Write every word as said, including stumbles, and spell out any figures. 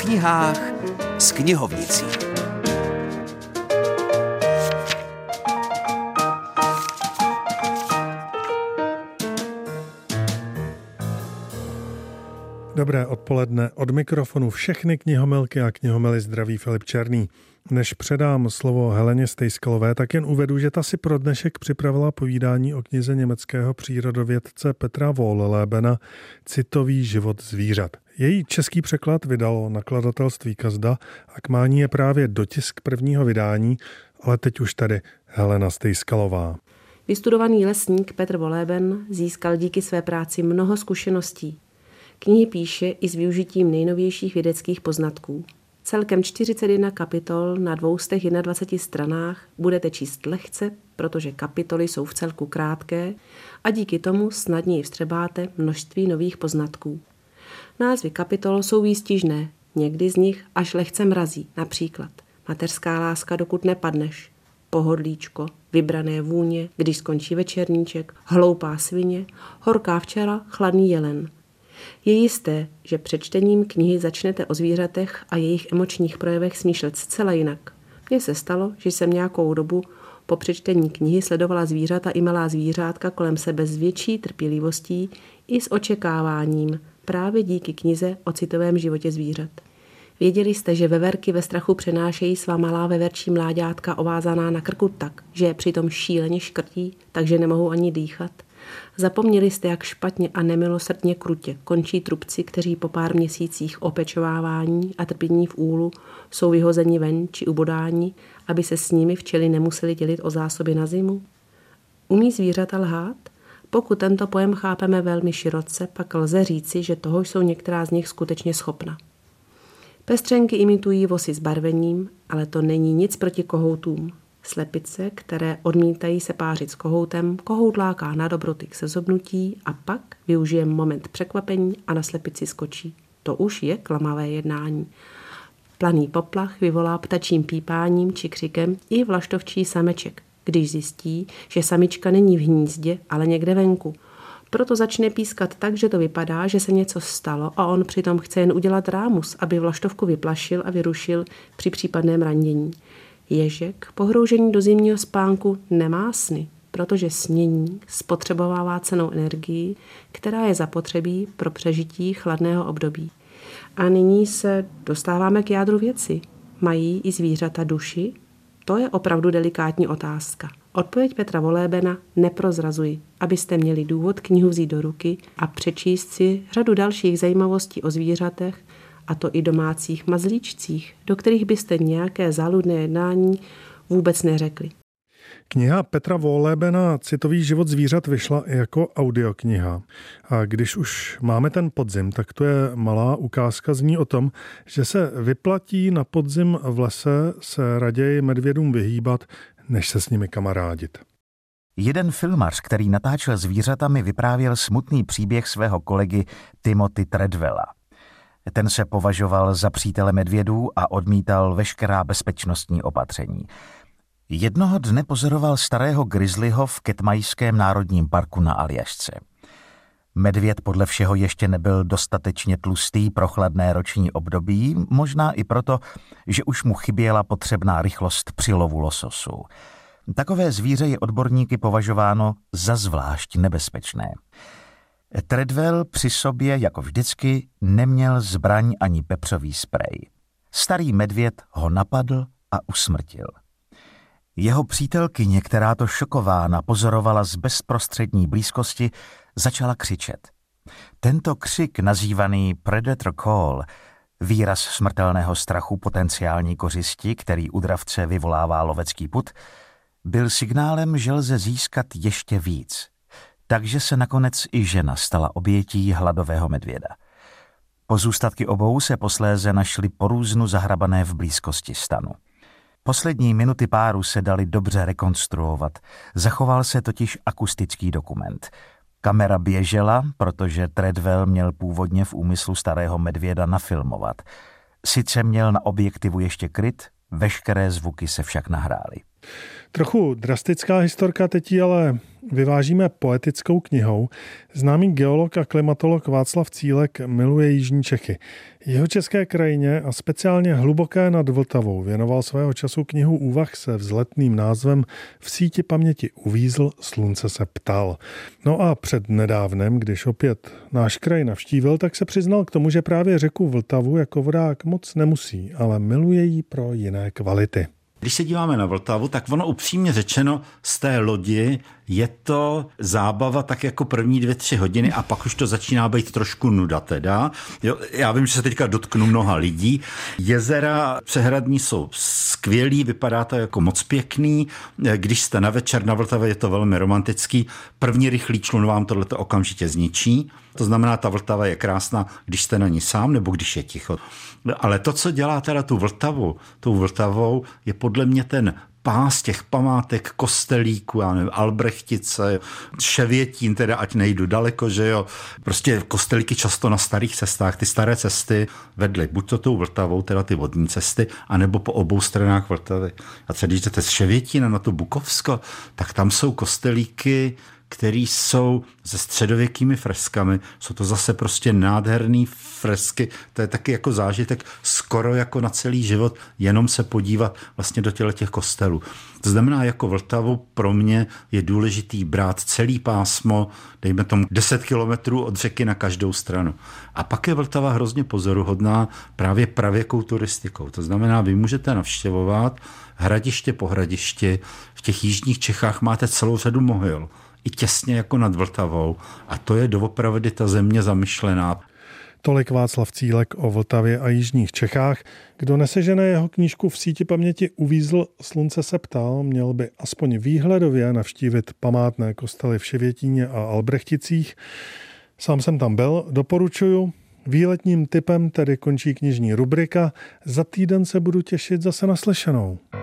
knihách s knihovnicí. Dobré odpoledne. Od mikrofonu všechny knihomilky a knihomily zdraví Filip Černý. Než předám slovo Heleně Stejskalové, tak jen uvedu, že ta si pro dnešek připravila povídání o knize německého přírodovědce Petra Wohllebena Citový život zvířat. Její český překlad vydalo nakladatelství Kazda a k mání je právě dotisk prvního vydání, ale teď už tady Helena Stejskalová. Vystudovaný lesník Petr Wohlleben získal díky své práci mnoho zkušeností. Knihy píše i s využitím nejnovějších vědeckých poznatků. Celkem čtyřicet jedna kapitol na dvě stě dvacet jedna stranách budete číst lehce, protože kapitoly jsou v celku krátké a díky tomu snadněji vstřebáte množství nových poznatků. Názvy kapitol jsou výstižné, někdy z nich až lehce mrazí, například Mateřská láska, dokud nepadneš, Pohodlíčko, Vybrané vůně, Když skončí večerníček, Hloupá svině, Horká včela, Chladný jelen. Je jisté, že před čtením knihy začnete o zvířatech a jejich emočních projevech smýšlet zcela jinak. Mně se stalo, že jsem nějakou dobu po přečtení knihy sledovala zvířata i malá zvířátka kolem sebe s větší trpělivostí i s očekáváním, právě díky knize o citovém životě zvířat. Věděli jste, že veverky ve strachu přenášejí svá malá veverčí mláďátka ovázaná na krku tak, že je přitom šíleně škrtí, takže nemohou ani dýchat? Zapomněli jste, jak špatně a nemilosrdně krutě končí trubci, kteří po pár měsících opečovávání a trpění v úlu jsou vyhozeni ven či ubodáni, aby se s nimi včely nemuseli dělit o zásoby na zimu? Umí zvířata lhát? Pokud tento pojem chápeme velmi široce, pak lze říci, že toho jsou některá z nich skutečně schopna. Pestřenky imitují vosy s barvením, ale to není nic proti kohoutům. Slepice, které odmítají se pářit s kohoutem, kohout láká na dobroty k sezobnutí a pak využije moment překvapení a na slepici skočí. To už je klamavé jednání. Planý poplach vyvolá ptačím pípáním či křikem i vlaštovčí sameček, když zjistí, že samička není v hnízdě, ale někde venku. Proto začne pískat tak, že to vypadá, že se něco stalo a on přitom chce jen udělat rámus, aby vlaštovku vyplašil a vyrušil při případném randění. Ježek, pohroužení do zimního spánku, nemá sny, protože snění spotřebovává cennou energii, která je zapotřebí pro přežití chladného období. A nyní se dostáváme k jádru věci. Mají i zvířata duši? To je opravdu delikátní otázka. Odpověď Petra Wohllebena neprozrazuji, abyste měli důvod knihu vzít do ruky a přečíst si řadu dalších zajímavostí o zvířatech, a to i domácích mazlíčcích, do kterých byste nějaké záludné jednání vůbec neřekli. Kniha Petra Wohllebena Citový život zvířat vyšla i jako audiokniha. A když už máme ten podzim, tak to je malá ukázka z ní o tom, že se vyplatí na podzim v lese se raději medvědům vyhýbat, než se s nimi kamarádit. Jeden filmař, který natáčel zvířata, mi vyprávěl smutný příběh svého kolegy Timothy Treadwella. Ten se považoval za přítele medvědů a odmítal veškerá bezpečnostní opatření. Jednoho dne pozoroval starého grizzlyho v Ketmajském národním parku na Aljašce. Medvěd podle všeho ještě nebyl dostatečně tlustý pro chladné roční období, možná i proto, že už mu chyběla potřebná rychlost při lovu lososu. Takové zvíře je odborníky považováno za zvlášť nebezpečné. Treadwell při sobě, jako vždycky, neměl zbraň ani pepřový sprej. Starý medvěd ho napadl a usmrtil. Jeho přítelkyně, která to šokována pozorovala z bezprostřední blízkosti, začala křičet. Tento křik, nazývaný predator call, výraz smrtelného strachu potenciální kořisti, který u dravce vyvolává lovecký pud, byl signálem, že lze získat ještě víc. Takže se nakonec i žena stala obětí hladového medvěda. Pozůstatky obou se posléze našly po různu zahrabané v blízkosti stanu. Poslední minuty páru se daly dobře rekonstruovat. Zachoval se totiž akustický dokument. Kamera běžela, protože Treadwell měl původně v úmyslu starého medvěda nafilmovat. Sice měl na objektivu ještě kryt, veškeré zvuky se však nahrály. Trochu drastická historka, teď ji ale vyvážíme poetickou knihou. Známý geolog a klimatolog Václav Cílek miluje jižní Čechy. Jeho české krajině a speciálně hluboké nad Vltavou věnoval svého času knihu úvah se vzletným názvem V síti paměti uvízl, slunce se ptal. No a před nedávnem, když opět náš kraj navštívil, tak se přiznal k tomu, že právě řeku Vltavu jako vodák moc nemusí, ale miluje ji pro jiné kvality. Když se díváme na Vltavu, tak ono upřímně řečeno z té lodi je to zábava tak jako první dvě, tři hodiny a pak už to začíná být trošku nuda teda. Jo, já vím, že se teďka dotknu mnoha lidí. Jezera přehradní jsou skvělý, vypadá to jako moc pěkný. Když jste na večer na Vltavě, je to velmi romantický. První rychlý člun vám tohleto okamžitě zničí. To znamená, ta Vltava je krásná, když jste na ní sám nebo když je ticho. Ale to, co dělá teda tu Vltavu, tou Vltavou, je podle mě ten pás těch památek, kostelíků, já nevím, Albrechtice, Ševětín, teda ať nejdu daleko, že jo. Prostě kostelíky často na starých cestách, ty staré cesty vedly buď to tou Vltavou, teda ty vodní cesty, anebo po obou stranách Vltavy. A třeba když jdete z Ševětína na to Bukovsko, tak tam jsou kostelíky, který jsou se středověkými freskami. Jsou to zase prostě nádherný fresky. To je taky jako zážitek skoro jako na celý život, jenom se podívat vlastně do těch kostelů. To znamená, jako Vltavu pro mě je důležitý brát celý pásmo, dejme tomu deset kilometrů od řeky na každou stranu. A pak je Vltava hrozně pozoruhodná právě pravěkou turistikou. To znamená, vy můžete navštěvovat hradiště po hradišti. V těch jižních Čechách máte celou řadu mohyl. I těsně jako nad Vltavou. A to je doopravdy ta země zamyšlená. Tolik Václav Cílek o Vltavě a jižních Čechách. Kdo nesežene jeho knížku V síti paměti uvízl, slunce se ptal, měl by aspoň výhledově navštívit památné kostely v Ševětíně a Albrechticích. Sám jsem tam byl, doporučuju. Výletním tipem tedy končí knižní rubrika. Za týden se budu těšit zase na slyšenou.